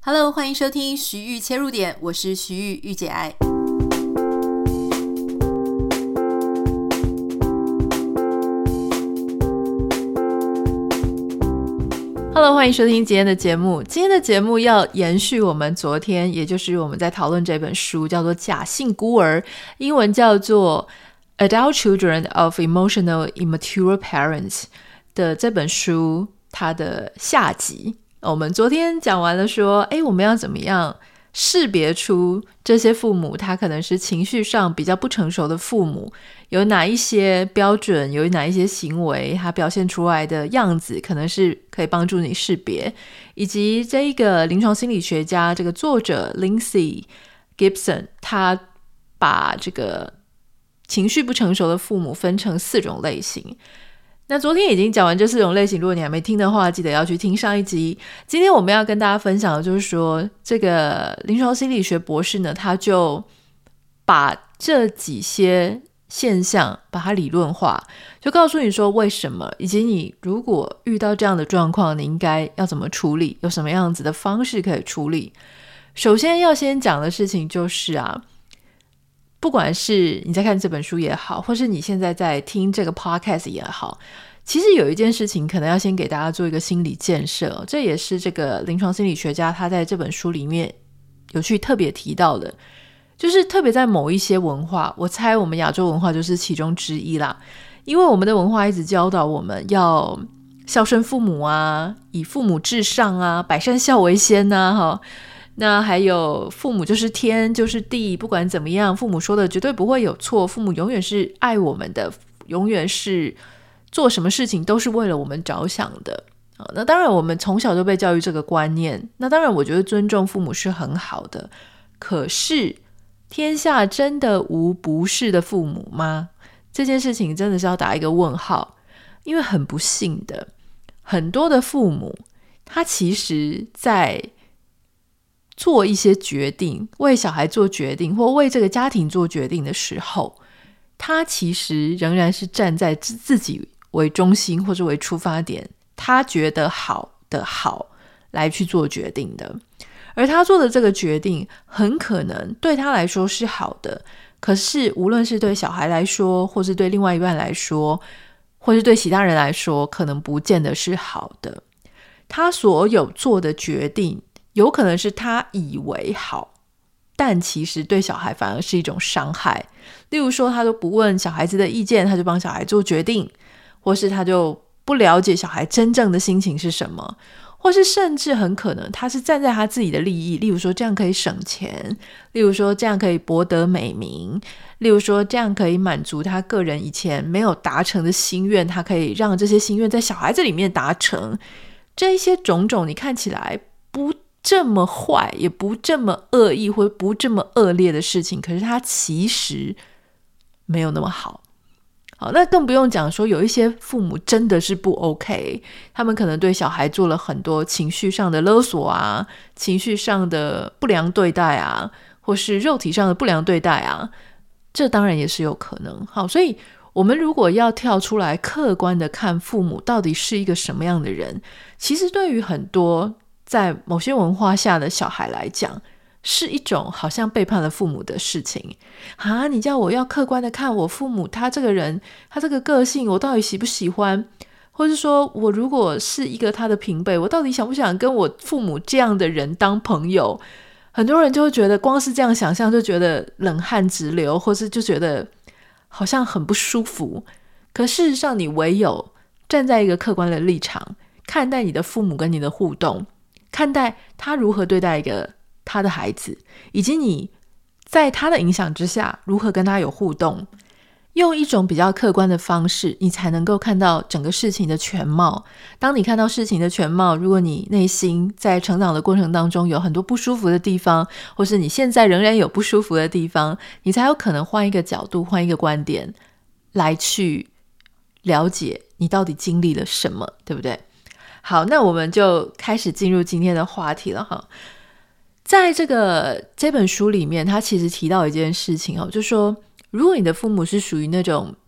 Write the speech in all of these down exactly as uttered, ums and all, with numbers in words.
Hello， 欢迎收听徐玉切入点，我是徐玉玉姐爱。Hello， 欢迎收听今天的节目。今天的节目要延续我们昨天，也就是我们在讨论这本书，叫做《假性孤儿》，英文叫做 Adult Children of Emotional Immature Parents 的这本书，它的下集。我们昨天讲完了说，诶，我们要怎么样识别出这些父母他可能是情绪上比较不成熟的父母，有哪一些标准，有哪一些行为他表现出来的样子可能是可以帮助你识别，以及这一个临床心理学家这个作者 Lindsay Gibson 他把这个情绪不成熟的父母分成四种类型。那昨天已经讲完这四种类型，如果你还没听的话，记得要去听上一集。今天我们要跟大家分享的就是说，这个临床心理学博士呢，他就把这几些现象把它理论化，就告诉你说为什么，以及你如果遇到这样的状况，你应该要怎么处理，有什么样子的方式可以处理。首先要先讲的事情就是啊，不管是你在看这本书也好，或是你现在在听这个 podcast 也好，其实有一件事情可能要先给大家做一个心理建设，这也是这个临床心理学家他在这本书里面有去特别提到的，就是特别在某一些文化，我猜我们亚洲文化就是其中之一啦，因为我们的文化一直教导我们要孝顺父母啊，以父母至上啊，百善孝为先啊哈。那还有父母就是天就是地，不管怎么样父母说的绝对不会有错，父母永远是爱我们的，永远是做什么事情都是为了我们着想的。那当然我们从小就被教育这个观念，那当然我觉得尊重父母是很好的，可是天下真的无不是的父母吗？这件事情真的是要打一个问号，因为很不幸的，很多的父母他其实在做一些决定，为小孩做决定或为这个家庭做决定的时候，他其实仍然是站在自己为中心或者为出发点，他觉得好的好来去做决定的，而他做的这个决定很可能对他来说是好的，可是无论是对小孩来说，或是对另外一半来说，或是对其他人来说，可能不见得是好的。他所有做的决定有可能是他以为好，但其实对小孩反而是一种伤害。例如说他都不问小孩子的意见，他就帮小孩做决定，或是他就不了解小孩真正的心情是什么，或是甚至很可能他是站在他自己的利益，例如说这样可以省钱，例如说这样可以博得美名，例如说这样可以满足他个人以前没有达成的心愿，他可以让这些心愿在小孩子里面达成。这一些种种你看起来不这么坏，也不这么恶意或不这么恶劣的事情，可是它其实没有那么好。好，那更不用讲说有一些父母真的是不 OK， 他们可能对小孩做了很多情绪上的勒索啊，情绪上的不良对待啊，或是肉体上的不良对待啊，这当然也是有可能。好，所以我们如果要跳出来客观的看父母到底是一个什么样的人，其实对于很多在某些文化下的小孩来讲，是一种好像背叛了父母的事情啊！你叫我要客观的看我父母，他这个人，他这个个性，我到底喜不喜欢？或是说我如果是一个他的平辈，我到底想不想跟我父母这样的人当朋友？很多人就会觉得，光是这样想象就觉得冷汗直流，或是就觉得好像很不舒服。可事实上，你唯有站在一个客观的立场，看待你的父母跟你的互动，看待他如何对待一个他的孩子，以及你在他的影响之下如何跟他有互动，用一种比较客观的方式，你才能够看到整个事情的全貌。当你看到事情的全貌，如果你内心在成长的过程当中有很多不舒服的地方，或是你现在仍然有不舒服的地方，你才有可能换一个角度，换一个观点来去了解你到底经历了什么，对不对？好，那我们就开始进入今天的话题了哈。在这个这本书里面，他其实提到一件事情哦，就是说如果你的父母是属于那种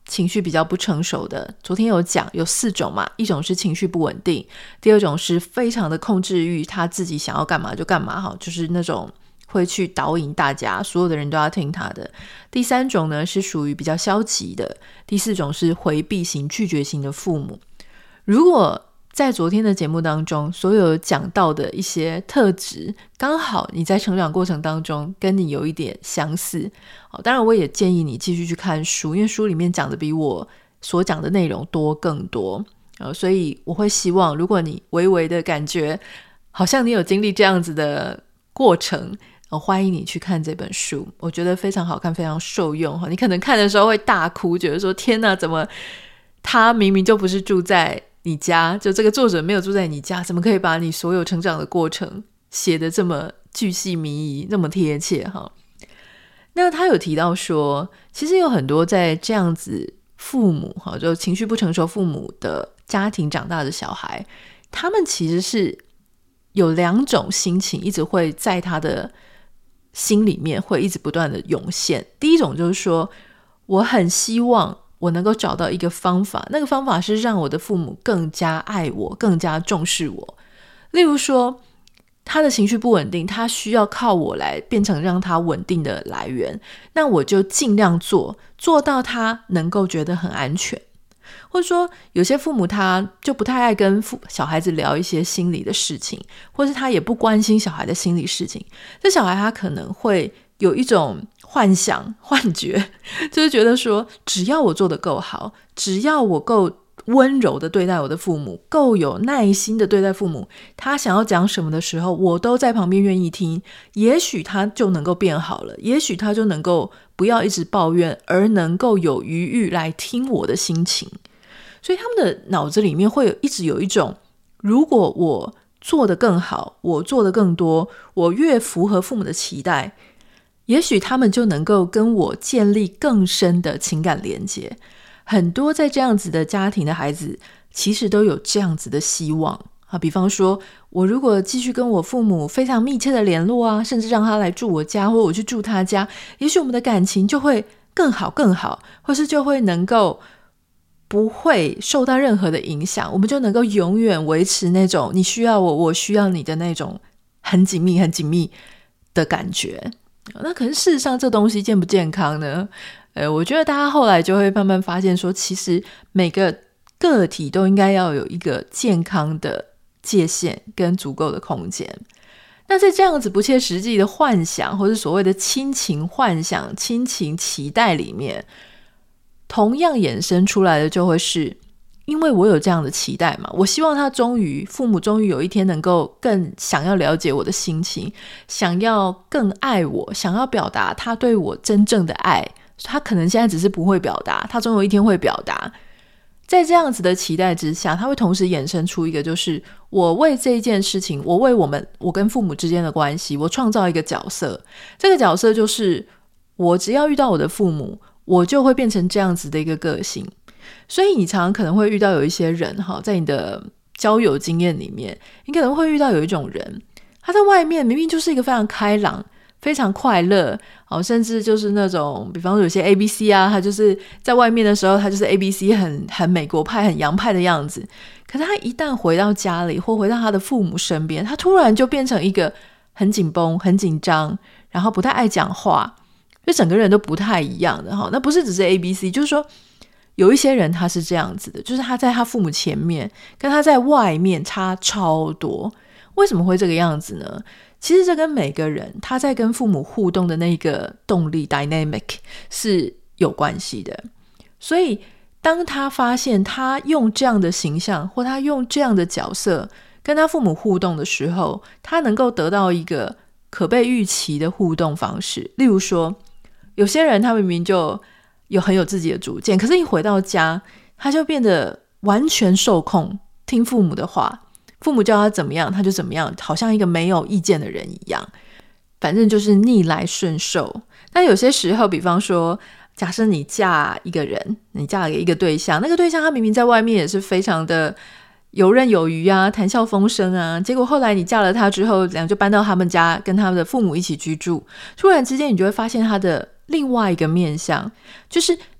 情绪比较不成熟的，昨天有讲有四种嘛，一种是情绪不稳定，第二种是非常的控制欲，他自己想要干嘛就干嘛，就是那种会去导引大家，所有的人都要听他的。第三种呢是属于比较消极的，第四种是回避型拒绝型的父母。如果在昨天的节目当中所有讲到的一些特质刚好你在成长过程当中跟你有一点相似，当然我也建议你继续去看书，因为书里面讲的比我所讲的内容多更多，所以我会希望如果你微微的感觉好像你有经历这样子的过程，欢迎你去看这本书，我觉得非常好看，非常受用。你可能看的时候会大哭，觉得说天哪，怎么他明明就不是住在你家，就这个作者没有住在你家，怎么可以把你所有成长的过程写得这么巨细靡遗，那么贴切哈？那他有提到说，其实有很多在这样子父母哈，就情绪不成熟父母的家庭长大的小孩，他们其实是有两种心情一直会在他的心里面会一直不断的涌现。第一种就是说，我很希望我能够找到一个方法，那个方法是让我的父母更加爱我，更加重视我。例如说他的情绪不稳定，他需要靠我来变成让他稳定的来源，那我就尽量做做到他能够觉得很安全。或者说有些父母他就不太爱跟小孩子聊一些心理的事情，或是他也不关心小孩的心理事情，这小孩他可能会有一种幻想幻觉，就是觉得说只要我做得够好，只要我够温柔的对待我的父母，够有耐心的对待父母，他想要讲什么的时候我都在旁边愿意听，也许他就能够变好了，也许他就能够不要一直抱怨，而能够有余裕来听我的心情。所以他们的脑子里面会有一直有一种，如果我做得更好，我做得更多，我越符合父母的期待，也许他们就能够跟我建立更深的情感连接。很多在这样子的家庭的孩子其实都有这样子的希望啊，比方说我如果继续跟我父母非常密切的联络啊，甚至让他来住我家，或者我去住他家，也许我们的感情就会更好更好，或是就会能够不会受到任何的影响，我们就能够永远维持那种你需要我我需要你的那种很紧密很紧密的感觉。那可是事实上这东西健不健康呢？呃，我觉得大家后来就会慢慢发现说，其实每个个体都应该要有一个健康的界限跟足够的空间。那在这样子不切实际的幻想，或是所谓的亲情幻想、亲情期待里面，同样衍生出来的就会是，因为我有这样的期待嘛，我希望他终于父母终于有一天能够更想要了解我的心情，想要更爱我，想要表达他对我真正的爱，他可能现在只是不会表达，他总有一天会表达。在这样子的期待之下，他会同时衍生出一个，就是我为这一件事情，我为我们我跟父母之间的关系，我创造一个角色，这个角色就是我只要遇到我的父母，我就会变成这样子的一个个性。所以你常常可能会遇到有一些人，在你的交友经验里面，你可能会遇到有一种人，他在外面明明就是一个非常开朗非常快乐，甚至就是那种比方说有些 A B C 啊，他就是在外面的时候他就是 A B C 很很美国派很洋派的样子，可是他一旦回到家里或回到他的父母身边，他突然就变成一个很紧绷很紧张，然后不太爱讲话，就整个人都不太一样的。那不是只是 A B C， 就是说有一些人他是这样子的，就是他在他父母前面跟他在外面差超多。为什么会这个样子呢？其实这跟每个人他在跟父母互动的那个动力 dynamic 是有关系的。所以当他发现他用这样的形象或他用这样的角色跟他父母互动的时候，他能够得到一个可被预期的互动方式。例如说有些人他明明就有很有自己的主见，可是一回到家他就变得完全受控，听父母的话，父母叫他怎么样他就怎么样，好像一个没有意见的人一样，反正就是逆来顺受。那有些时候比方说假设你嫁一个人，你嫁给一个对象，那个对象他明明在外面也是非常的游刃有余啊，谈笑风生啊，结果后来你嫁了他之后，两就搬到他们家跟他们的父母一起居住，突然之间你就会发现他的另外一个面向，就是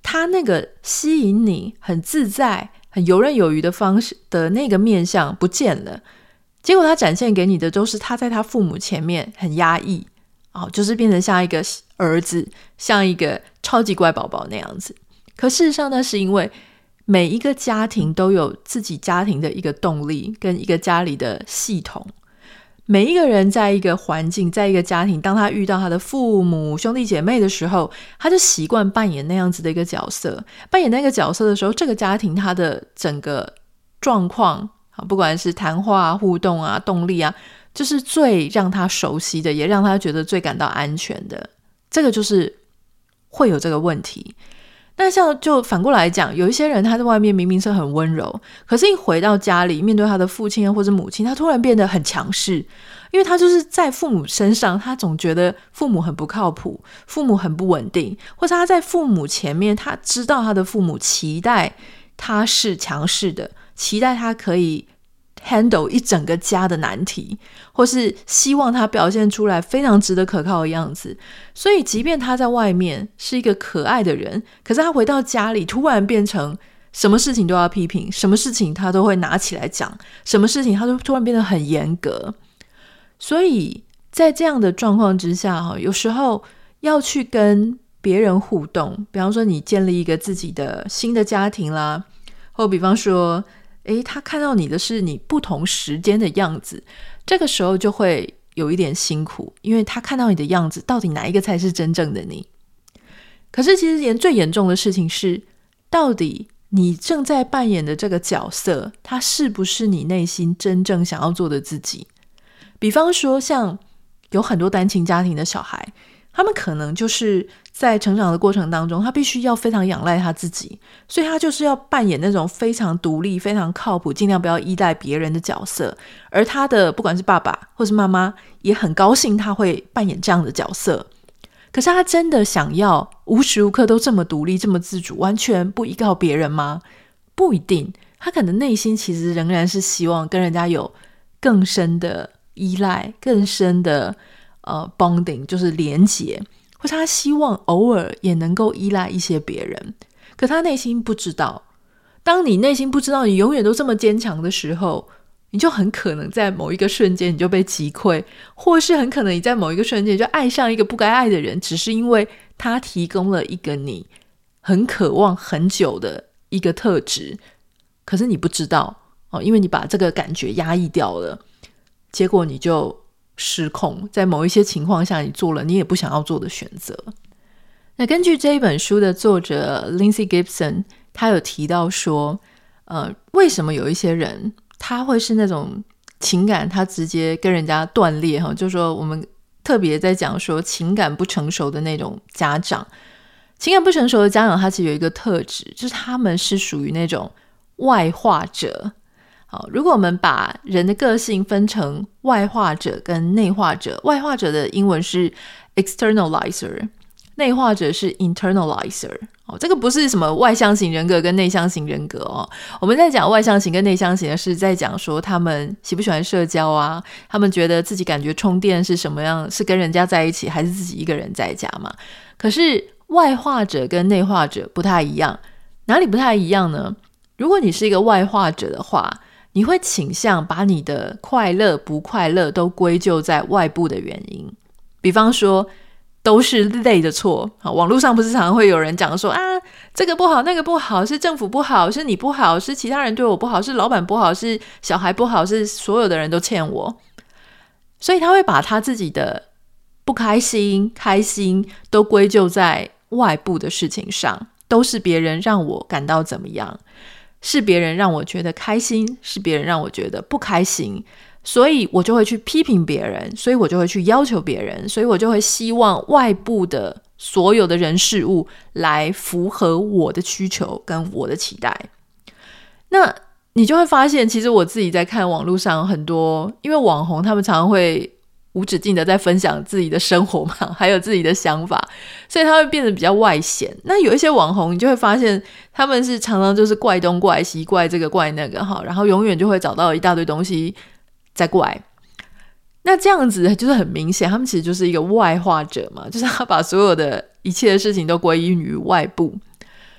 他那个吸引你很自在很游刃有余的方式的那个面向不见了，结果他展现给你的都是他在他父母前面很压抑、哦、就是变成像一个儿子，像一个超级乖宝宝那样子。可事实上呢，是因为每一个家庭都有自己家庭的一个动力跟一个家里的系统，每一个人在一个环境在一个家庭，当他遇到他的父母兄弟姐妹的时候，他就习惯扮演那样子的一个角色，扮演那个角色的时候，这个家庭他的整个状况，不管是谈话互动啊动力啊，就是最让他熟悉的，也让他觉得最感到安全的，这个就是会有这个问题。那像就反过来讲，有一些人他在外面明明是很温柔，可是一回到家里面对他的父亲或者母亲，他突然变得很强势，因为他就是在父母身上，他总觉得父母很不靠谱，父母很不稳定，或者他在父母前面，他知道他的父母期待他是强势的，期待他可以handle 一整个家的难题，或是希望他表现出来非常值得可靠的样子。所以即便他在外面是一个可爱的人，可是他回到家里突然变成什么事情都要批评，什么事情他都会拿起来讲，什么事情他都突然变得很严格。所以在这样的状况之下，有时候要去跟别人互动，比方说你建立一个自己的新的家庭啦，或比方说诶，他看到你的是你不同时间的样子，这个时候就会有一点辛苦，因为他看到你的样子，到底哪一个才是真正的你？可是其实连最严重的事情是，到底你正在扮演的这个角色，他是不是你内心真正想要做的自己？比方说像有很多单亲家庭的小孩，他们可能就是在成长的过程当中，他必须要非常仰赖他自己，所以他就是要扮演那种非常独立非常靠谱，尽量不要依赖别人的角色，而他的不管是爸爸或是妈妈也很高兴他会扮演这样的角色。可是他真的想要无时无刻都这么独立这么自主，完全不依靠别人吗？不一定，他可能内心其实仍然是希望跟人家有更深的依赖，更深的呃 bonding， 就是连结，或是他希望偶尔也能够依赖一些别人。可他内心不知道，当你内心不知道你永远都这么坚强的时候，你就很可能在某一个瞬间你就被击溃，或是很可能你在某一个瞬间就爱上一个不该爱的人，只是因为他提供了一个你很渴望很久的一个特质，可是你不知道、哦、因为你把这个感觉压抑掉了，结果你就失控，在某一些情况下你做了你也不想要做的选择。那根据这一本书的作者 Lindsay Gibson， 他有提到说呃，为什么有一些人他会是那种情感他直接跟人家断裂，就是说我们特别在讲说情感不成熟的那种家长，情感不成熟的家长他其实有一个特质，就是他们是属于那种外化者。好，如果我们把人的个性分成外化者跟内化者，外化者的英文是 externalizer， 内化者是 internalizer、哦、这个不是什么外向型人格跟内向型人格哦。我们在讲外向型跟内向型的是在讲说他们喜不喜欢社交啊，他们觉得自己感觉充电是什么样，是跟人家在一起还是自己一个人在家嘛。可是外化者跟内化者不太一样，哪里不太一样呢？如果你是一个外化者的话，你会倾向把你的快乐不快乐都归咎在外部的原因，比方说都是累的错。网络上不是常常会有人讲说啊，这个不好那个不好，是政府不好，是你不好，是其他人对我不好，是老板不好，是小孩不好，是所有的人都欠我。所以他会把他自己的不开心开心都归咎在外部的事情上，都是别人让我感到怎么样，是别人让我觉得开心，是别人让我觉得不开心，所以我就会去批评别人，所以我就会去要求别人，所以我就会希望外部的所有的人事物来符合我的需求跟我的期待。那你就会发现，其实我自己在看网络上很多，因为网红他们常常会无止境的在分享自己的生活嘛，还有自己的想法，所以他会变得比较外显。那有一些网红你就会发现他们是常常就是怪东怪西，怪这个怪那个，然后永远就会找到一大堆东西在怪。那这样子就是很明显他们其实就是一个外化者嘛，就是他把所有的一切的事情都归因于外部。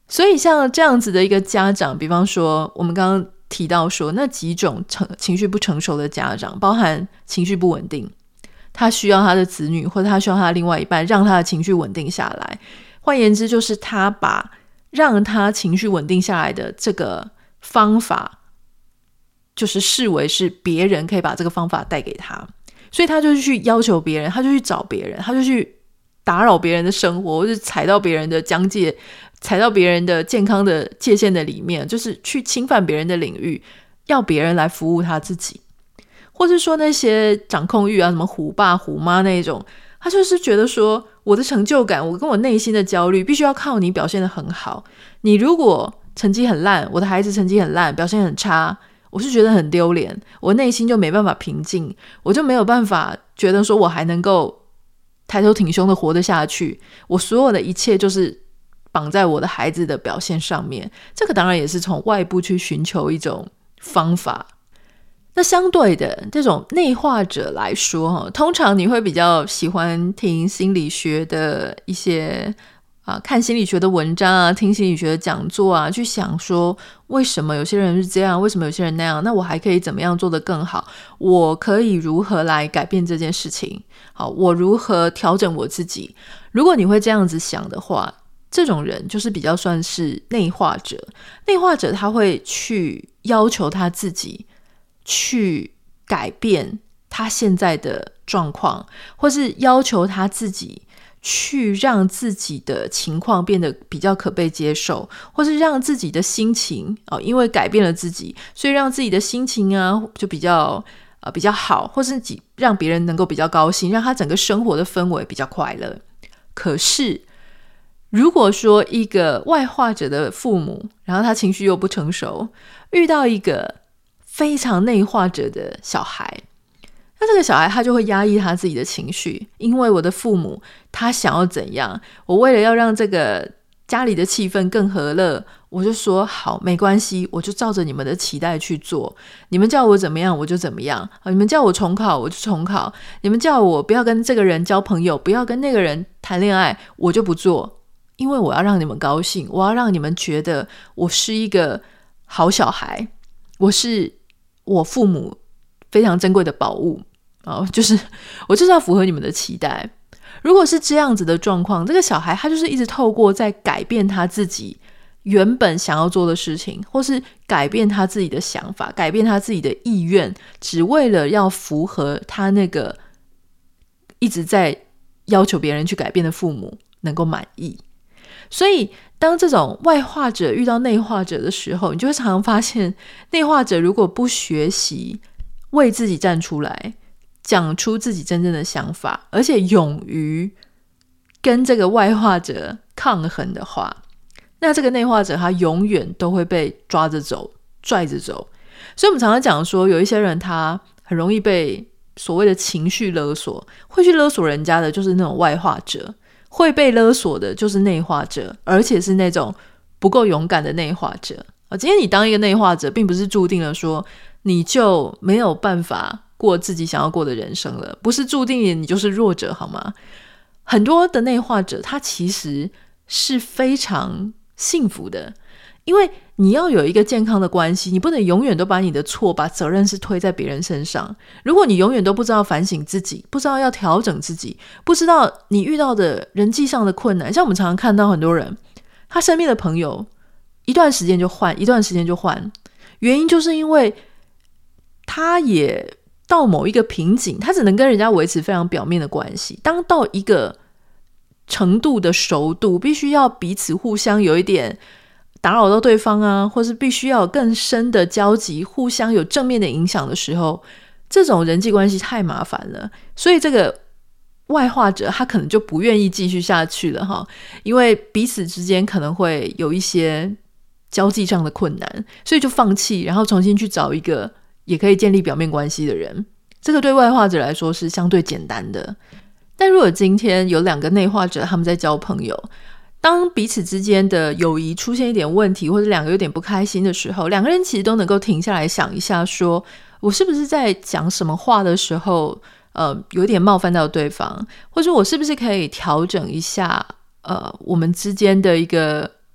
所以像这样子的一个家长，比方说我们刚刚提到说那几种情绪不成熟的家长，包含情绪不稳定，他需要他的子女或者他需要他的另外一半让他的情绪稳定下来，换言之就是他把让他情绪稳定下来的这个方法就是视为是别人可以把这个方法带给他，所以他就去要求别人，他就去找别人，他就去打扰别人的生活，或是踩到别人的疆界，踩到别人的健康的界限的里面，就是去侵犯别人的领域，要别人来服务他自己。或是说那些掌控欲啊，什么虎爸虎妈那种，他就是觉得说我的成就感，我跟我内心的焦虑必须要靠你表现得很好，你如果成绩很烂，我的孩子成绩很烂，表现很差，我是觉得很丢脸，我内心就没办法平静，我就没有办法觉得说我还能够抬头挺胸的活得下去，我所有的一切就是绑在我的孩子的表现上面。这个当然也是从外部去寻求一种方法。那相对的这种内化者来说，通常你会比较喜欢听心理学的一些啊，看心理学的文章啊，听心理学的讲座啊，去想说为什么有些人是这样，为什么有些人那样，那我还可以怎么样做得更好，我可以如何来改变这件事情，好，我如何调整我自己。如果你会这样子想的话，这种人就是比较算是内化者。内化者他会去要求他自己去改变他现在的状况，或是要求他自己去让自己的情况变得比较可被接受，或是让自己的心情、哦、因为改变了自己，所以让自己的心情啊就比较、呃、比较好，或是让别人能够比较高兴，让他整个生活的氛围比较快乐。可是如果说一个外化者的父母，然后他情绪又不成熟，遇到一个非常内化者的小孩，那这个小孩他就会压抑他自己的情绪，因为我的父母他想要怎样，我为了要让这个家里的气氛更和乐，我就说好，没关系，我就照着你们的期待去做，你们叫我怎么样我就怎么样，你们叫我重考我就重考，你们叫我不要跟这个人交朋友，不要跟那个人谈恋爱，我就不做，因为我要让你们高兴，我要让你们觉得我是一个好小孩，我是我父母非常珍贵的宝物、哦、就是我就是要符合你们的期待。如果是这样子的状况，这个小孩他就是一直透过在改变他自己原本想要做的事情，或是改变他自己的想法，改变他自己的意愿，只为了要符合他那个一直在要求别人去改变的父母能够满意。所以当这种外化者遇到内化者的时候，你就会常常发现，内化者如果不学习为自己站出来，讲出自己真正的想法，而且勇于跟这个外化者抗衡的话，那这个内化者他永远都会被抓着走，拽着走。所以我们常常讲说，有一些人他很容易被所谓的情绪勒索，会去勒索人家的就是那种外化者，会被勒索的就是内化者，而且是那种不够勇敢的内化者。今天你当一个内化者，并不是注定了说你就没有办法过自己想要过的人生了，不是注定你就是弱者好吗？很多的内化者他其实是非常幸福的，因为你要有一个健康的关系，你不能永远都把你的错把责任是推在别人身上。如果你永远都不知道反省自己，不知道要调整自己，不知道你遇到的人际上的困难，像我们常常看到很多人他身边的朋友一段时间就换，一段时间就换，原因就是因为他也到某一个瓶颈，他只能跟人家维持非常表面的关系。当到一个程度的熟度，必须要彼此互相有一点打扰到对方啊，或是必须要有更深的交集，互相有正面的影响的时候，这种人际关系太麻烦了，所以这个外化者他可能就不愿意继续下去了哈，因为彼此之间可能会有一些交际上的困难，所以就放弃，然后重新去找一个也可以建立表面关系的人。这个对外化者来说是相对简单的。但如果今天有两个内化者他们在交朋友，当彼此之间的友谊出现一点问题，或者两个有点不开心的时候，两个人其实都能够停下来想一下，说我是不是在讲什么话的时候呃，有点冒犯到对方，或者我是不是可以调整一下呃，我们之间的一个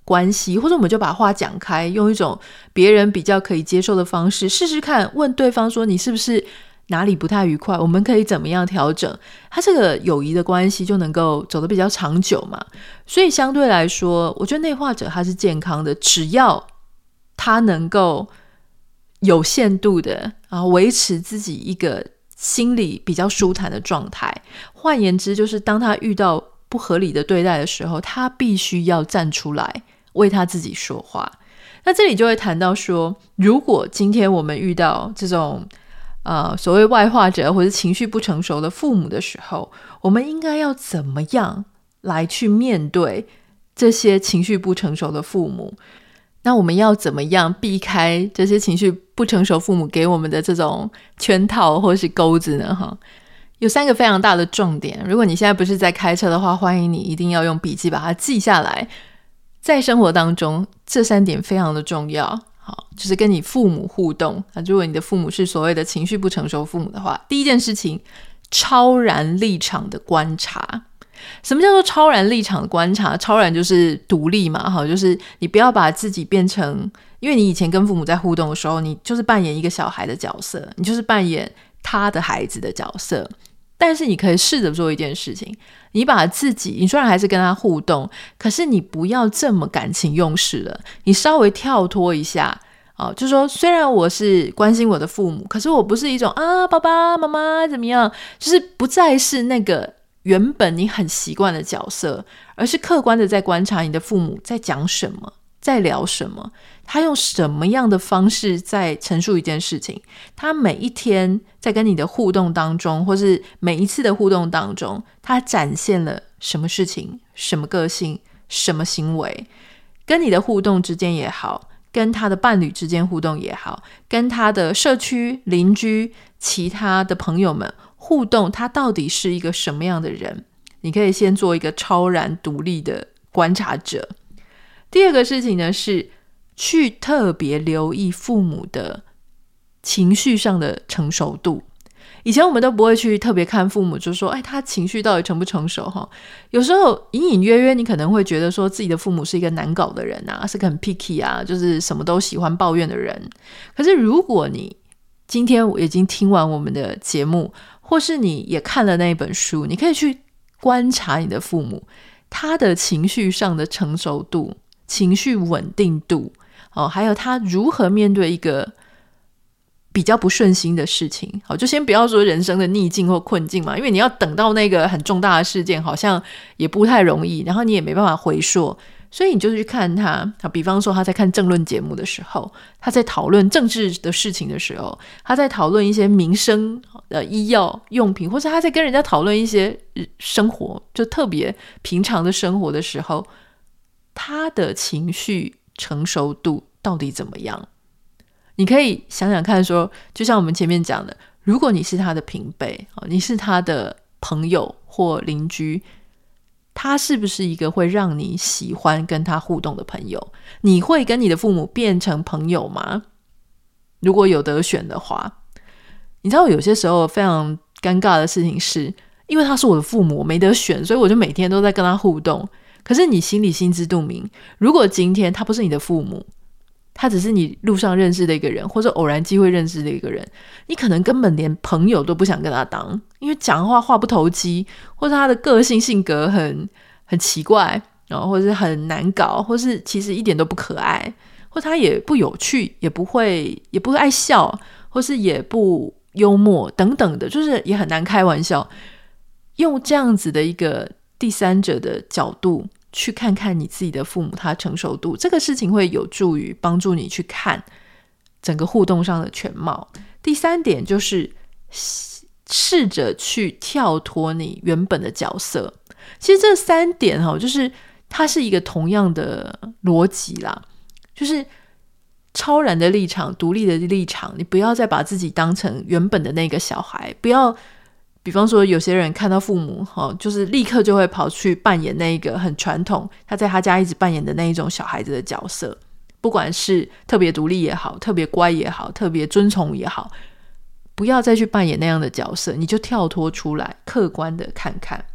关系，或者我们就把话讲开，用一种别人比较可以接受的方式试试看，问对方说你是不是哪里不太愉快，我们可以怎么样调整，他这个友谊的关系就能够走得比较长久嘛。所以相对来说，我觉得内化者他是健康的，只要他能够有限度的啊维持自己一个心里比较舒坦的状态。换言之，就是当他遇到不合理的对待的时候，他必须要站出来为他自己说话。那这里就会谈到说，如果今天我们遇到这种呃所谓外化者或者情绪不成熟的父母的时候，我们应该要怎么样来去面对这些情绪不成熟的父母？那我们要怎么样避开这些情绪不成熟父母给我们的这种圈套或是钩子呢？哈，有三个非常大的重点，如果你现在不是在开车的话，欢迎你一定要用笔记把它记下来。在生活当中，这三点非常的重要。好，就是跟你父母互动。那如果你的父母是所谓的情绪不成熟父母的话，第一件事情，超然立场的观察。什么叫做超然立场的观察？超然就是独立嘛，好，就是你不要把自己变成，因为你以前跟父母在互动的时候，你就是扮演一个小孩的角色，你就是扮演他的孩子的角色。但是你可以试着做一件事情，你把自己，你虽然还是跟他互动，可是你不要这么感情用事了，你稍微跳脱一下。哦，就说虽然我是关心我的父母，可是我不是一种啊爸爸妈妈怎么样，就是不再是那个原本你很习惯的角色，而是客观的在观察你的父母在讲什么，在聊什么，他用什么样的方式在陈述一件事情，他每一天在跟你的互动当中，或是每一次的互动当中，他展现了什么事情，什么个性，什么行为，跟你的互动之间也好，跟他的伴侣之间互动也好，跟他的社区邻居其他的朋友们互动，他到底是一个什么样的人，你可以先做一个超然独立的观察者。第二个事情呢，是去特别留意父母的情绪上的成熟度。以前我们都不会去特别看父母，就说哎，他情绪到底成不成熟哈？有时候隐隐约约你可能会觉得说自己的父母是一个难搞的人啊，是个很 picky 啊，就是什么都喜欢抱怨的人。可是如果你今天我已经听完我们的节目，或是你也看了那一本书，你可以去观察你的父母，他的情绪上的成熟度，情绪稳定度，哦，还有他如何面对一个比较不顺心的事情。好，就先不要说人生的逆境或困境嘛，因为你要等到那个很重大的事件好像也不太容易，然后你也没办法回溯，所以你就去看他，比方说他在看政论节目的时候，他在讨论政治的事情的时候，他在讨论一些民生的医药用品，或者他在跟人家讨论一些生活就特别平常的生活的时候，他的情绪成熟度到底怎么样？你可以想想看说，就像我们前面讲的，如果你是他的平辈，你是他的朋友或邻居，他是不是一个会让你喜欢跟他互动的朋友？你会跟你的父母变成朋友吗？如果有得选的话。你知道有些时候非常尴尬的事情是，因为他是我的父母，我没得选，所以我就每天都在跟他互动。可是你心里心知肚明，如果今天他不是你的父母，他只是你路上认识的一个人，或者偶然机会认识的一个人，你可能根本连朋友都不想跟他当，因为讲话话不投机，或者他的个性性格很很奇怪，然后或者是很难搞，或是其实一点都不可爱，或他也不有趣，也不会也不会爱笑，或是也不幽默等等的，就是也很难开玩笑。用这样子的一个第三者的角度去看看你自己的父母他成熟度，这个事情会有助于帮助你去看整个互动上的全貌。第三点就是试着去跳脱你原本的角色。其实这三点、哦、就是它是一个同样的逻辑啦，就是超然的立场，独立的立场，你不要再把自己当成原本的那个小孩，不要比方说有些人看到父母、哦、就是立刻就会跑去扮演那个很传统他在他家一直扮演的那一种小孩子的角色，不管是特别独立也好，特别乖也好，特别尊崇也好，不要再去扮演那样的角色，你就跳脱出来客观的看看。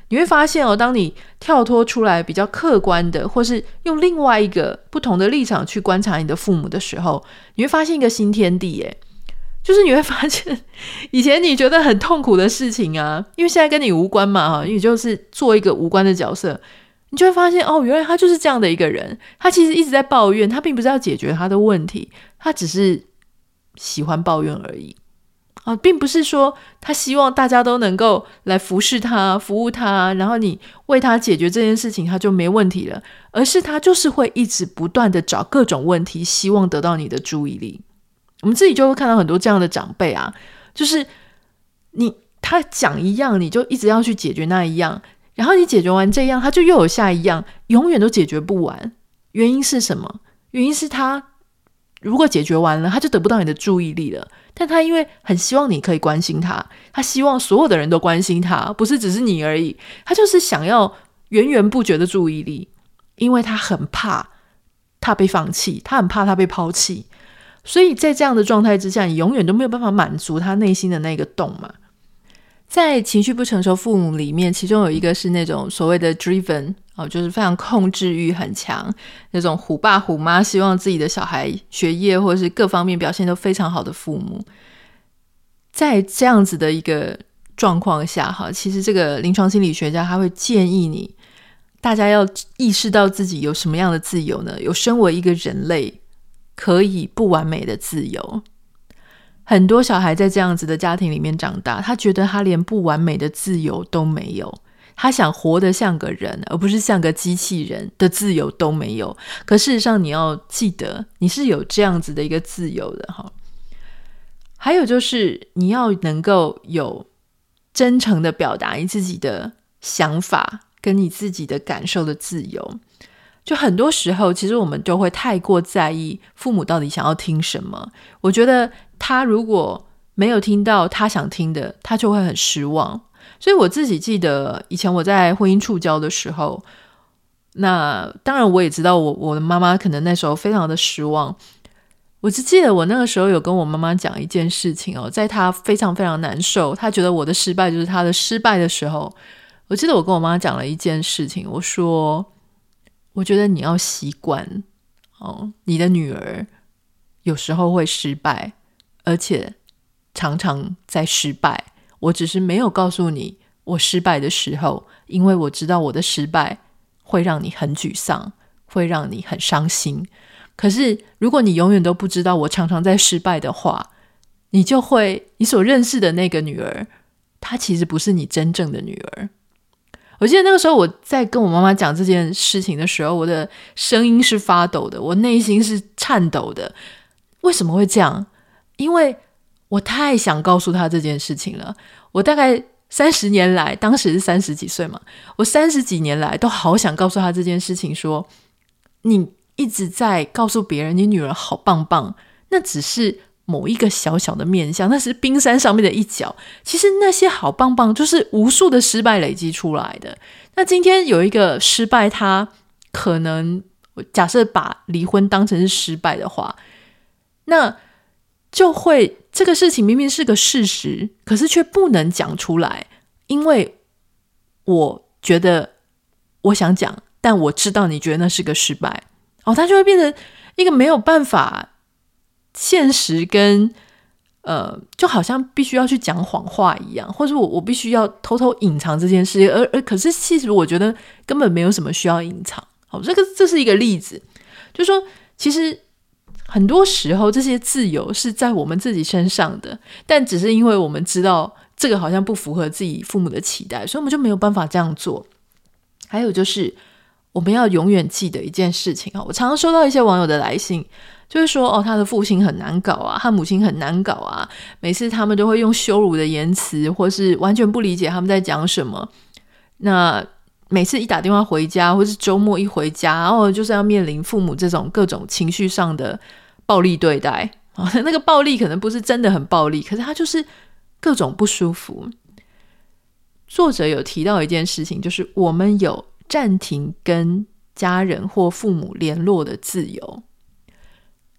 你会发现哦，当你跳脱出来比较客观的，或是用另外一个不同的立场去观察你的父母的时候，你会发现一个新天地耶。就是你会发现以前你觉得很痛苦的事情啊，因为现在跟你无关嘛，你就是做一个无关的角色，你就会发现哦，原来他就是这样的一个人，他其实一直在抱怨，他并不是要解决他的问题，他只是喜欢抱怨而已啊，并不是说他希望大家都能够来服侍他服务他，然后你为他解决这件事情他就没问题了，而是他就是会一直不断的找各种问题，希望得到你的注意力。我们自己就会看到很多这样的长辈啊，就是你他讲一样你就一直要去解决那一样，然后你解决完这样他就又有下一样，永远都解决不完。原因是什么？原因是他如果解决完了他就得不到你的注意力了，但他因为很希望你可以关心他，他希望所有的人都关心他，不是只是你而已，他就是想要源源不绝的注意力，因为他很怕他被放弃，他很怕他被抛弃，所以在这样的状态之下，你永远都没有办法满足他内心的那个洞嘛。在情绪不成熟父母里面，其中有一个是那种所谓的 driven、哦、就是非常控制欲很强，那种虎爸虎妈希望自己的小孩学业或是各方面表现都非常好的父母。在这样子的一个状况下，其实这个临床心理学家他会建议你大家要意识到自己有什么样的自由呢？有身为一个人类可以不完美的自由。很多小孩在这样子的家庭里面长大，他觉得他连不完美的自由都没有，他想活得像个人而不是像个机器人的自由都没有。可事实上你要记得你是有这样子的一个自由的。还有就是你要能够有真诚的表达你自己的想法跟你自己的感受的自由。就很多时候其实我们就会太过在意父母到底想要听什么，我觉得他如果没有听到他想听的，他就会很失望。所以我自己记得以前我在婚姻触礁的时候，那当然我也知道我我的妈妈可能那时候非常的失望。我只记得我那个时候有跟我妈妈讲一件事情哦，在她非常非常难受，她觉得我的失败就是她的失败的时候，我记得我跟我妈讲了一件事情，我说我觉得你要习惯哦，你的女儿有时候会失败，而且常常在失败，我只是没有告诉你我失败的时候，因为我知道我的失败会让你很沮丧，会让你很伤心。可是如果你永远都不知道我常常在失败的话，你就会你所认识的那个女儿，她其实不是你真正的女儿。我记得那个时候我在跟我妈妈讲这件事情的时候，我的声音是发抖的，我内心是颤抖的。为什么会这样？因为我太想告诉她这件事情了。我大概三十年来，当时是三十几岁嘛，我三十几年来都好想告诉她这件事情，说你一直在告诉别人你女儿好棒棒，那只是某一个小小的面向，那是冰山上面的一角，其实那些好棒棒就是无数的失败累积出来的。那今天有一个失败，他可能假设把离婚当成是失败的话，那就会这个事情明明是个事实，可是却不能讲出来，因为我觉得我想讲，但我知道你觉得那是个失败哦，它就会变成一个没有办法现实跟呃，就好像必须要去讲谎话一样，或者我我必须要偷偷隐藏这件事，而而可是其实我觉得根本没有什么需要隐藏。好，这个这是一个例子，就是说其实很多时候这些自由是在我们自己身上的，但只是因为我们知道这个好像不符合自己父母的期待，所以我们就没有办法这样做。还有就是我们要永远记得一件事情，我常常收到一些网友的来信，就是说哦，他的父亲很难搞啊，他母亲很难搞啊，每次他们都会用羞辱的言辞，或是完全不理解他们在讲什么。那每次一打电话回家，或是周末一回家，然后就是要面临父母这种各种情绪上的暴力对待。那个暴力可能不是真的很暴力，可是他就是各种不舒服。作者有提到一件事情，就是我们有暂停跟家人或父母联络的自由。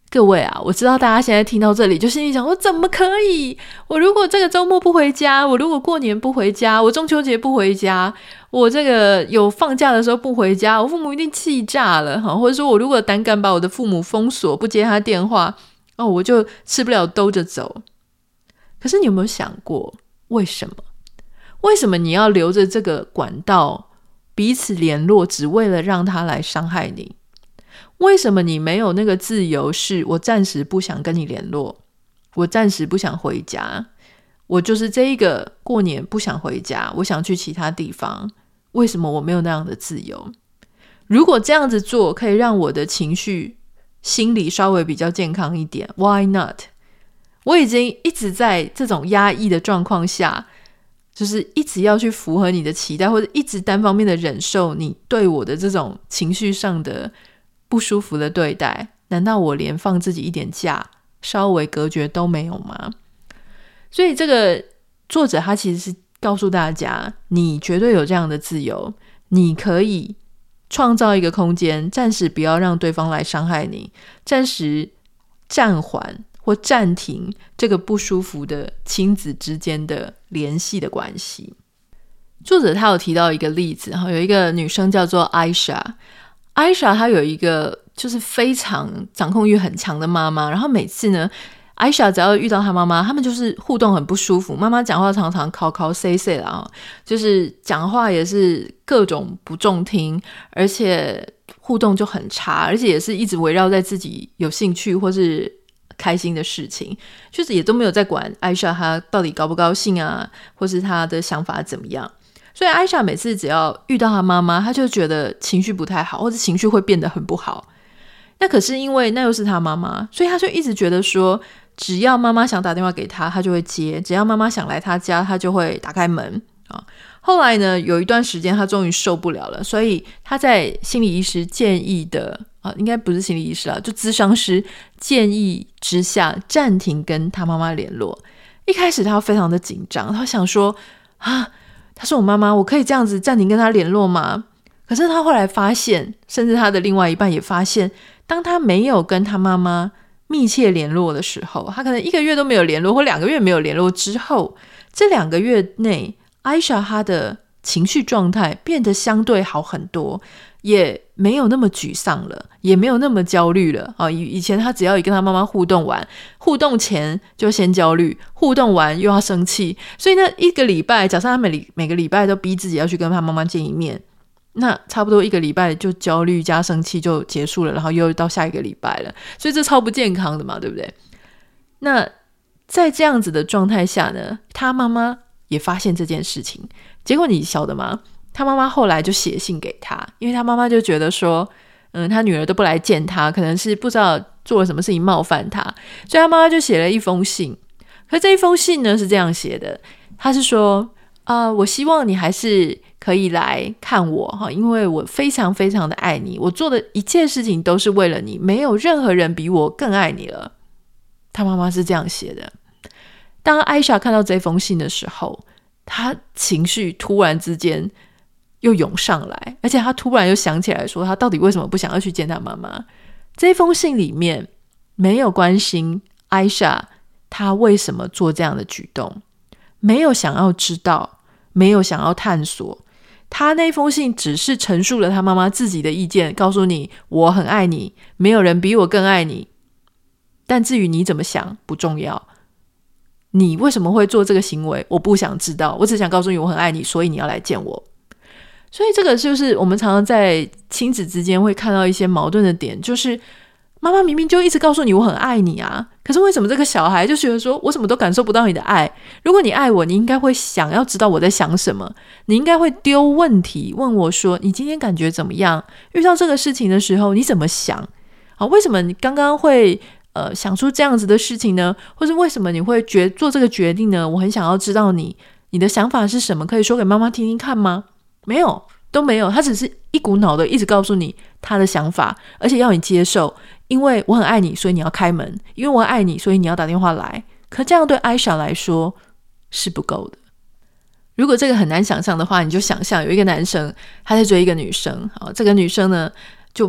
各位啊，我知道大家现在听到这里就心里想，我怎么可以？我如果这个周末不回家，我如果过年不回家，我中秋节不回家，我这个有放假的时候不回家，我父母一定气炸了，或者说我如果胆敢把我的父母封锁，不接他电话，哦，我就吃不了兜着走。可是你有没有想过，为什么？为什么你要留着这个管道彼此联络，只为了让他来伤害你？为什么你没有那个自由，是我暂时不想跟你联络，我暂时不想回家，我就是这一个过年不想回家，我想去其他地方。为什么我没有那样的自由？如果这样子做可以让我的情绪心理稍微比较健康一点， Why not？ 我已经一直在这种压抑的状况下，就是一直要去符合你的期待，或者一直单方面的忍受你对我的这种情绪上的不舒服的对待，难道我连放自己一点假稍微隔绝都没有吗？所以这个作者他其实是告诉大家，你绝对有这样的自由，你可以创造一个空间，暂时不要让对方来伤害你，暂时暂缓或暂停这个不舒服的亲子之间的联系的关系。作者他有提到一个例子，有一个女生叫做 Aisha，艾莎她有一个就是非常掌控欲很强的妈妈，然后每次呢，艾莎只要遇到她妈妈，他们就是互动很不舒服，妈妈讲话常常考考 say say 啦，就是讲话也是各种不中听，而且互动就很差，而且也是一直围绕在自己有兴趣或是开心的事情，就是也都没有在管艾莎她到底高不高兴啊，或是她的想法怎么样。所以艾莎每次只要遇到她妈妈，她就觉得情绪不太好，或者情绪会变得很不好。那可是因为那又是她妈妈，所以她就一直觉得说，只要妈妈想打电话给她，她就会接；只要妈妈想来她家，她就会打开门啊。后来呢，有一段时间她终于受不了了，所以她在心理医师建议的啊，应该不是心理医师啦，就咨商师建议之下，暂停跟她妈妈联络。一开始她非常的紧张，她想说啊。他是我妈妈，我可以这样子暂停跟他联络吗？可是他后来发现，甚至他的另外一半也发现，当他没有跟他妈妈密切联络的时候，他可能一个月都没有联络，或两个月没有联络之后，这两个月内艾莎她的情绪状态变得相对好很多，也没有那么沮丧了，也没有那么焦虑了啊！以前他只要一跟他妈妈互动完，互动前就先焦虑，互动完又要生气，所以那一个礼拜，假设他每每个礼拜都逼自己要去跟他妈妈见一面，那差不多一个礼拜就焦虑加生气就结束了，然后又到下一个礼拜了，所以这超不健康的嘛，对不对？那在这样子的状态下呢，他妈妈也发现这件事情，结果你晓得吗？他妈妈后来就写信给他，因为他妈妈就觉得说嗯，他女儿都不来见他，可能是不知道做了什么事情冒犯他，所以他妈妈就写了一封信。可这一封信呢是这样写的，他是说啊、呃，我希望你还是可以来看我，因为我非常非常的爱你，我做的一切事情都是为了你，没有任何人比我更爱你了。他妈妈是这样写的。当艾莎看到这封信的时候，她情绪突然之间又涌上来，而且她突然又想起来说，她到底为什么不想要去见她妈妈。这封信里面没有关心艾莎她为什么做这样的举动，没有想要知道，没有想要探索，她那封信只是陈述了她妈妈自己的意见，告诉你我很爱你，没有人比我更爱你，但至于你怎么想不重要，你为什么会做这个行为我不想知道，我只想告诉你我很爱你，所以你要来见我。所以这个就是我们常常在亲子之间会看到一些矛盾的点，就是妈妈明明就一直告诉你我很爱你啊，可是为什么这个小孩就觉得说我什么都感受不到你的爱？如果你爱我，你应该会想要知道我在想什么，你应该会丢问题问我说你今天感觉怎么样，遇到这个事情的时候你怎么想啊？为什么你刚刚会呃想出这样子的事情呢？或是为什么你会决做这个决定呢？我很想要知道你你的想法是什么，可以说给妈妈听听看吗？没有，都没有，他只是一股脑的一直告诉你他的想法，而且要你接受，因为我很爱你，所以你要开门，因为我爱你，所以你要打电话来。可这样对艾莎来说是不够的。如果这个很难想象的话，你就想象有一个男生他在追一个女生，好，这个女生呢就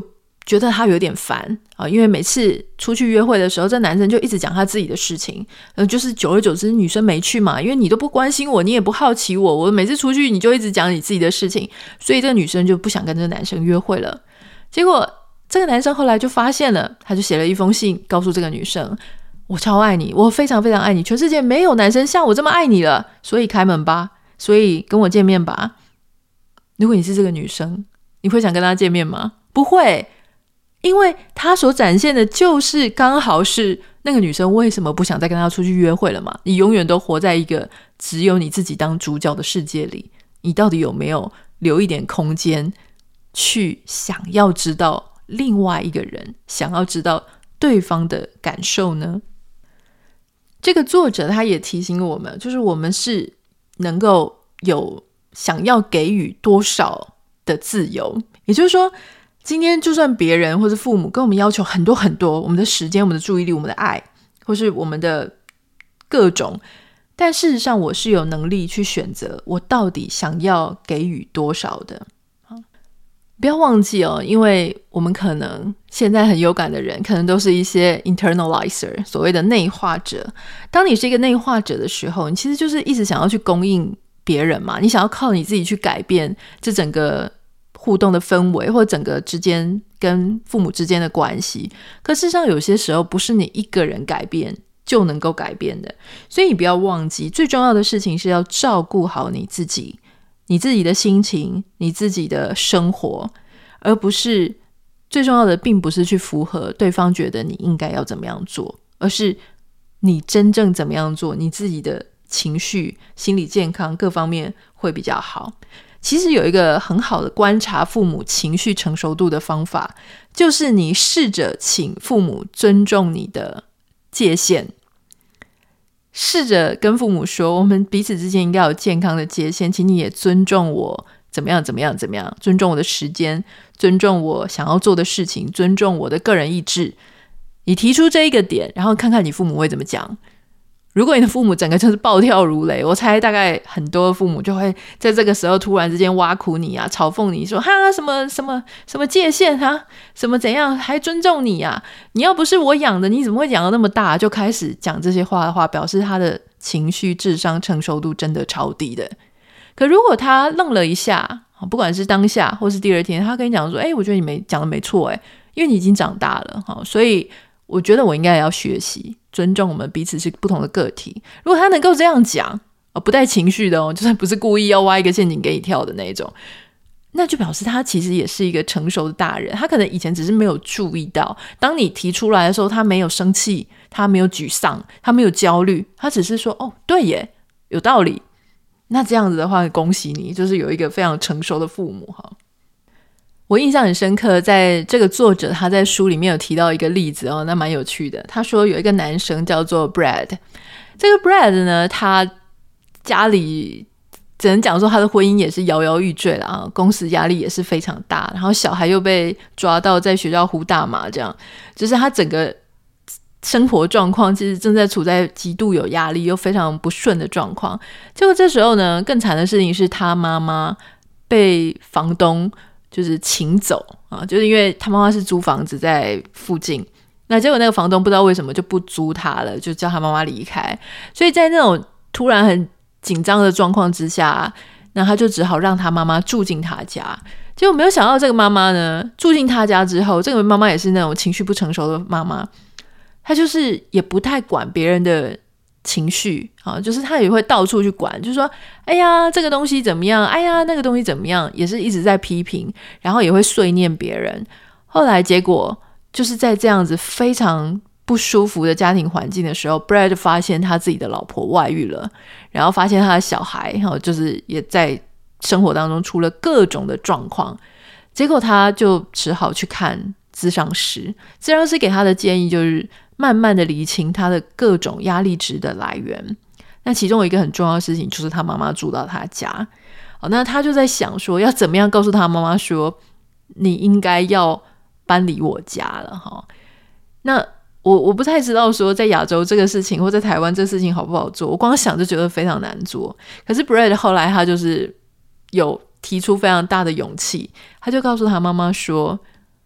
觉得他有点烦啊，因为每次出去约会的时候，这男生就一直讲他自己的事情，呃，就是久而久之女生没去嘛，因为你都不关心我，你也不好奇我，我每次出去你就一直讲你自己的事情，所以这个女生就不想跟这个男生约会了。结果这个男生后来就发现了，他就写了一封信告诉这个女生，我超爱你，我非常非常爱你，全世界没有男生像我这么爱你了，所以开门吧，所以跟我见面吧。如果你是这个女生，你会想跟他见面吗？不会，因为他所展现的就是刚好是那个女生为什么不想再跟他出去约会了嘛。你永远都活在一个只有你自己当主角的世界里，你到底有没有留一点空间去想要知道另外一个人，想要知道对方的感受呢？这个作者他也提醒我们，就是我们是能够有想要给予多少的自由，也就是说今天就算别人或是父母跟我们要求很多很多，我们的时间，我们的注意力，我们的爱，或是我们的各种，但事实上我是有能力去选择我到底想要给予多少的。不要忘记哦，因为我们可能现在很有感的人可能都是一些 internalizer， 所谓的内化者。当你是一个内化者的时候，你其实就是一直想要去供应别人嘛，你想要靠你自己去改变这整个互动的氛围，或者整个之间跟父母之间的关系。可事实上有些时候不是你一个人改变就能够改变的，所以你不要忘记，最重要的事情是要照顾好你自己，你自己的心情，你自己的生活，而不是最重要的并不是去符合对方觉得你应该要怎么样做，而是你真正怎么样做，你自己的情绪、心理健康各方面会比较好。其实有一个很好的观察父母情绪成熟度的方法，就是你试着请父母尊重你的界限，试着跟父母说，我们彼此之间应该有健康的界限，请你也尊重我怎么样怎么样怎么样，尊重我的时间，尊重我想要做的事情，尊重我的个人意志。你提出这一个点，然后看看你父母会怎么讲。如果你的父母整个就是暴跳如雷，我猜大概很多父母就会在这个时候突然之间挖苦你啊，嘲讽你说哈什么什么什么界限哈，什么怎样还尊重你啊，你要不是我养的你怎么会养得那么大，就开始讲这些话的话，表示他的情绪智商成熟度真的超低的。可如果他愣了一下，不管是当下或是第二天，他跟你讲说，哎，我觉得你没讲的没错，哎，因为你已经长大了，所以我觉得我应该也要学习尊重我们彼此是不同的个体。如果他能够这样讲，不带情绪的哦，就算不是故意要挖一个陷阱给你跳的那种，那就表示他其实也是一个成熟的大人。他可能以前只是没有注意到，当你提出来的时候，他没有生气，他没有沮丧，他没有焦虑，他只是说哦，对耶，有道理。那这样子的话，恭喜你，就是有一个非常成熟的父母哈。我印象很深刻，在这个作者他在书里面有提到一个例子哦，那蛮有趣的。他说有一个男生叫做 Brad， 这个 Brad 呢，他家里只能讲说他的婚姻也是摇摇欲坠了啊，公司压力也是非常大，然后小孩又被抓到在学校呼大麻，这样就是他整个生活状况其实正在处在极度有压力又非常不顺的状况。结果这时候呢，更惨的事情是他妈妈被房东就是请走啊，就是因为他妈妈是租房子在附近，那结果那个房东不知道为什么就不租他了，就叫他妈妈离开。所以在那种突然很紧张的状况之下，那他就只好让他妈妈住进他家。结果没有想到这个妈妈呢，住进他家之后，这个妈妈也是那种情绪不成熟的妈妈，她就是也不太管别人的情绪啊，就是他也会到处去管，就是说哎呀这个东西怎么样，哎呀那个东西怎么样，也是一直在批评，然后也会碎念别人。后来结果就是在这样子非常不舒服的家庭环境的时候， Brad 发现他自己的老婆外遇了，然后发现他的小孩就是也在生活当中出了各种的状况。结果他就只好去看咨商师，咨商师给他的建议就是慢慢的厘清他的各种压力值的来源。那其中有一个很重要的事情就是他妈妈住到他家，哦，那他就在想说要怎么样告诉他妈妈说你应该要搬离我家了哈。那我我不太知道说在亚洲这个事情或在台湾这个事情好不好做，我光想就觉得非常难做。可是 Brad 后来他就是有提出非常大的勇气，他就告诉他妈妈说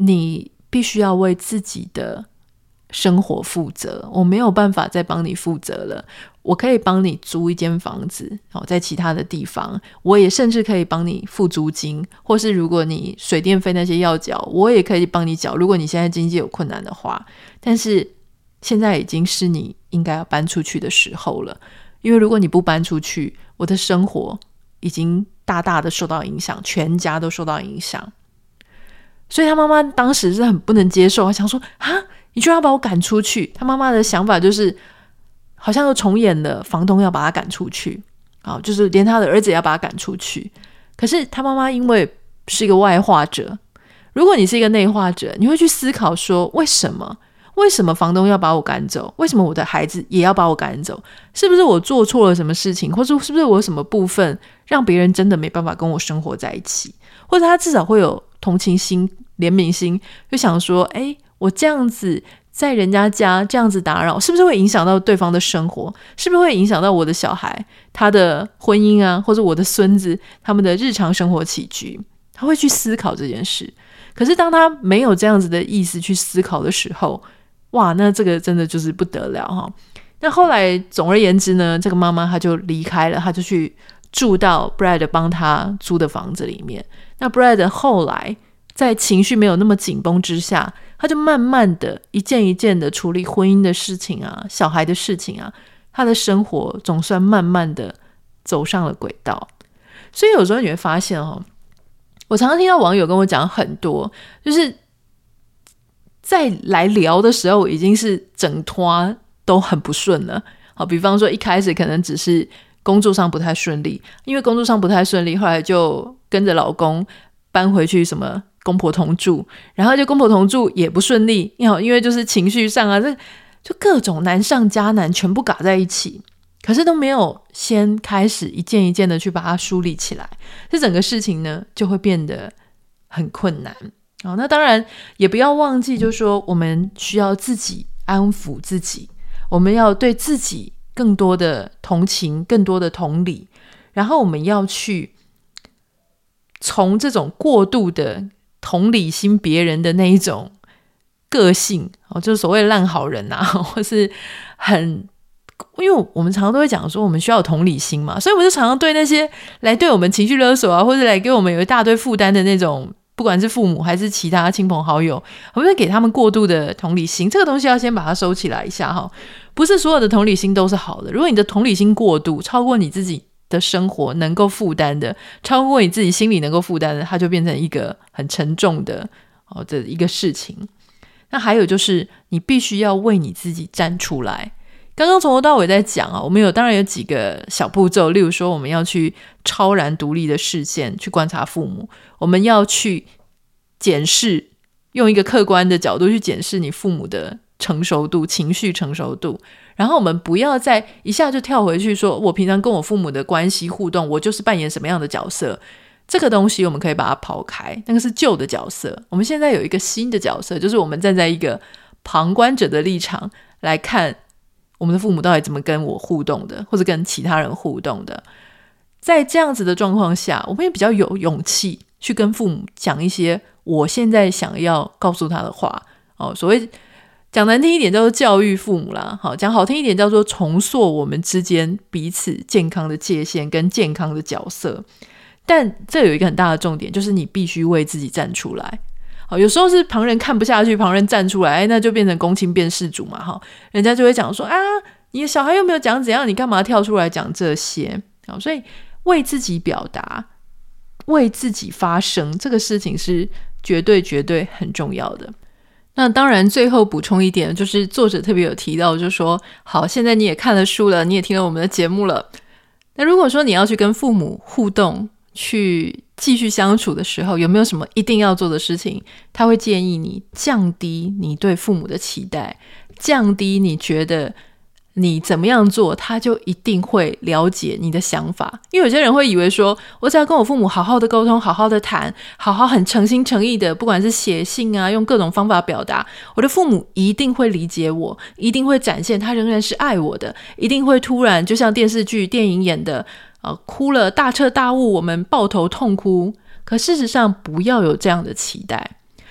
你必须要为自己的生活负责，我没有办法再帮你负责了。我可以帮你租一间房子，在其他的地方，我也甚至可以帮你付租金，或是如果你水电费那些要缴，我也可以帮你缴，如果你现在经济有困难的话。但是现在已经是你应该要搬出去的时候了，因为如果你不搬出去，我的生活已经大大的受到影响，全家都受到影响。所以他妈妈当时是很不能接受，想说啊，你居然要把我赶出去。他妈妈的想法就是好像又重演了房东要把他赶出去，就是连他的儿子也要把他赶出去。可是他妈妈因为是一个外化者，如果你是一个内化者，你会去思考说为什么为什么房东要把我赶走？为什么我的孩子也要把我赶走？是不是我做错了什么事情，或者是不是我有什么部分让别人真的没办法跟我生活在一起？或者他至少会有同情心、怜悯心，就想说诶，我这样子在人家家这样子打扰，是不是会影响到对方的生活？是不是会影响到我的小孩他的婚姻啊，或者我的孙子他们的日常生活起居？他会去思考这件事。可是当他没有这样子的意思去思考的时候，哇，那这个真的就是不得了哈。那后来总而言之呢，这个妈妈她就离开了，她就去住到 Brad 帮她租的房子里面。那 Brad 后来在情绪没有那么紧绷之下，他就慢慢的一件一件的处理婚姻的事情啊，小孩的事情啊，他的生活总算慢慢的走上了轨道。所以有时候你会发现哦，我常常听到网友跟我讲很多，就是在来聊的时候已经是整团都很不顺了。好，比方说一开始可能只是工作上不太顺利，因为工作上不太顺利，后来就跟着老公搬回去什么公婆同住，然后就公婆同住也不顺利，因为就是情绪上啊，这就各种难上加难，全部嘎在一起。可是都没有先开始一件一件的去把它梳理起来，这整个事情呢就会变得很困难。哦，那当然也不要忘记，就是说我们需要自己安抚自己，我们要对自己更多的同情，更多的同理，然后我们要去从这种过度的同理心别人的那一种个性，哦，就是所谓烂好人啊，或是很，因为我们常常都会讲说我们需要有同理心嘛，所以我们就常常对那些来对我们情绪勒索啊，或者来给我们有一大堆负担的那种，不管是父母还是其他亲朋好友，我们会给他们过度的同理心。这个东西要先把它收起来一下哈，不是所有的同理心都是好的。如果你的同理心过度，超过你自己的生活能够负担的，超过你自己心里能够负担的，它就变成一个很沉重的哦的一个事情。那还有就是你必须要为你自己站出来。刚刚从头到尾在讲啊，我们有当然有几个小步骤，例如说我们要去超然独立的视线去观察父母，我们要去检视，用一个客观的角度去检视你父母的成熟度、情绪成熟度，然后我们不要再一下就跳回去说我平常跟我父母的关系互动，我就是扮演什么样的角色。这个东西我们可以把它抛开，那个是旧的角色。我们现在有一个新的角色，就是我们站在一个旁观者的立场来看我们的父母到底怎么跟我互动的，或者跟其他人互动的。在这样子的状况下，我们也比较有勇气去跟父母讲一些我现在想要告诉他的话。哦，所谓讲难听一点叫做教育父母啦，好，讲好听一点叫做重塑我们之间彼此健康的界限跟健康的角色。但这有一个很大的重点，就是你必须为自己站出来。好，有时候是旁人看不下去，旁人站出来，那就变成公亲变事主嘛，哈，人家就会讲说啊，你的小孩又没有讲怎样，你干嘛跳出来讲这些？好，所以为自己表达，为自己发声，这个事情是绝对绝对很重要的。那当然最后补充一点，就是作者特别有提到，就是说好，现在你也看了书了，你也听了我们的节目了，那如果说你要去跟父母互动，去继续相处的时候，有没有什么一定要做的事情？他会建议你降低你对父母的期待，降低你觉得你怎么样做他就一定会了解你的想法。因为有些人会以为说我只要跟我父母好好的沟通，好好的谈，好好很诚心诚意的，不管是写信啊，用各种方法表达，我的父母一定会理解我，一定会展现他仍然是爱我的，一定会突然就像电视剧电影演的呃，哭了大彻大悟，我们抱头痛哭。可事实上不要有这样的期待，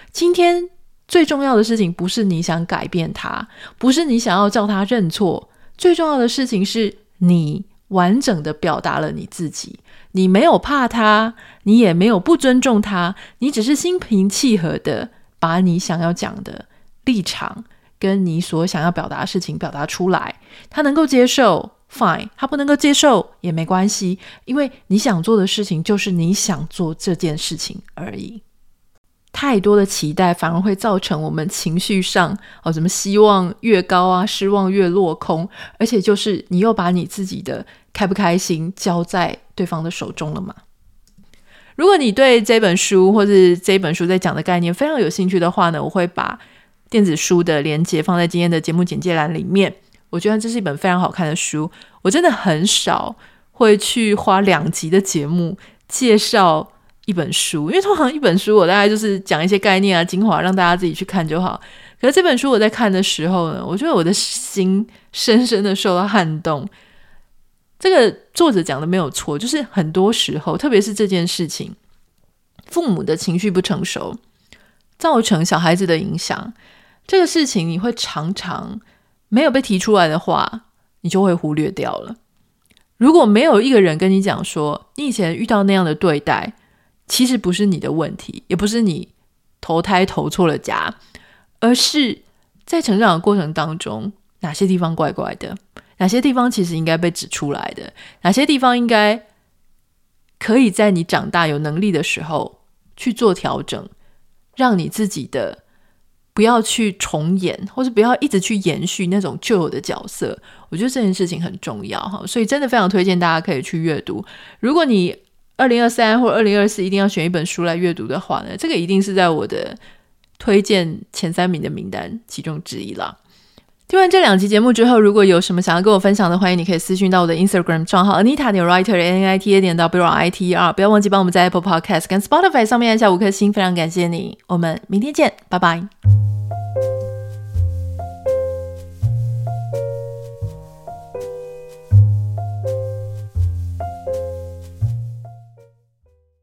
今天最重要的事情不是你想改变他，不是你想要叫他认错，最重要的事情是你完整的表达了你自己，你没有怕他，你也没有不尊重他，你只是心平气和的把你想要讲的立场跟你所想要表达的事情表达出来，他能够接受 fine， 他不能够接受也没关系，因为你想做的事情就是你想做这件事情而已。太多的期待反而会造成我们情绪上哦，什么希望越高啊，失望越落空，而且就是你又把你自己的开不开心交在对方的手中了嘛。如果你对这本书或是这本书在讲的概念非常有兴趣的话呢，我会把电子书的连结放在今天的节目简介栏里面。我觉得这是一本非常好看的书，我真的很少会去花两集的节目介绍一本书，因为通常一本书我大概就是讲一些概念啊精华让大家自己去看就好。可是这本书我在看的时候呢，我觉得我的心深深的受到撼动。这个作者讲的没有错，就是很多时候特别是这件事情，父母的情绪不成熟造成小孩子的影响，这个事情你会常常没有被提出来的话，你就会忽略掉了。如果没有一个人跟你讲说你以前遇到那样的对待其实不是你的问题，也不是你投胎投错了家，而是在成长的过程当中哪些地方怪怪的，哪些地方其实应该被指出来的，哪些地方应该可以在你长大有能力的时候去做调整，让你自己的不要去重演，或是不要一直去延续那种旧有的角色。我觉得这件事情很重要，所以真的非常推荐大家可以去阅读。如果你二零二三或二零二四一定要选一本书来阅读的话呢，这个一定是在我的推荐前三名的名单其中之一啦。听完这两集节目之后，如果有什么想要跟我分享的，欢迎你可以私讯到我的 Instagram 账号 Anita 点 Writer N I T A 点 W R I T E R， 不要忘记帮我们在 Apple Podcast 跟 Spotify 上面按下五颗星，非常感谢你。我们明天见，拜拜。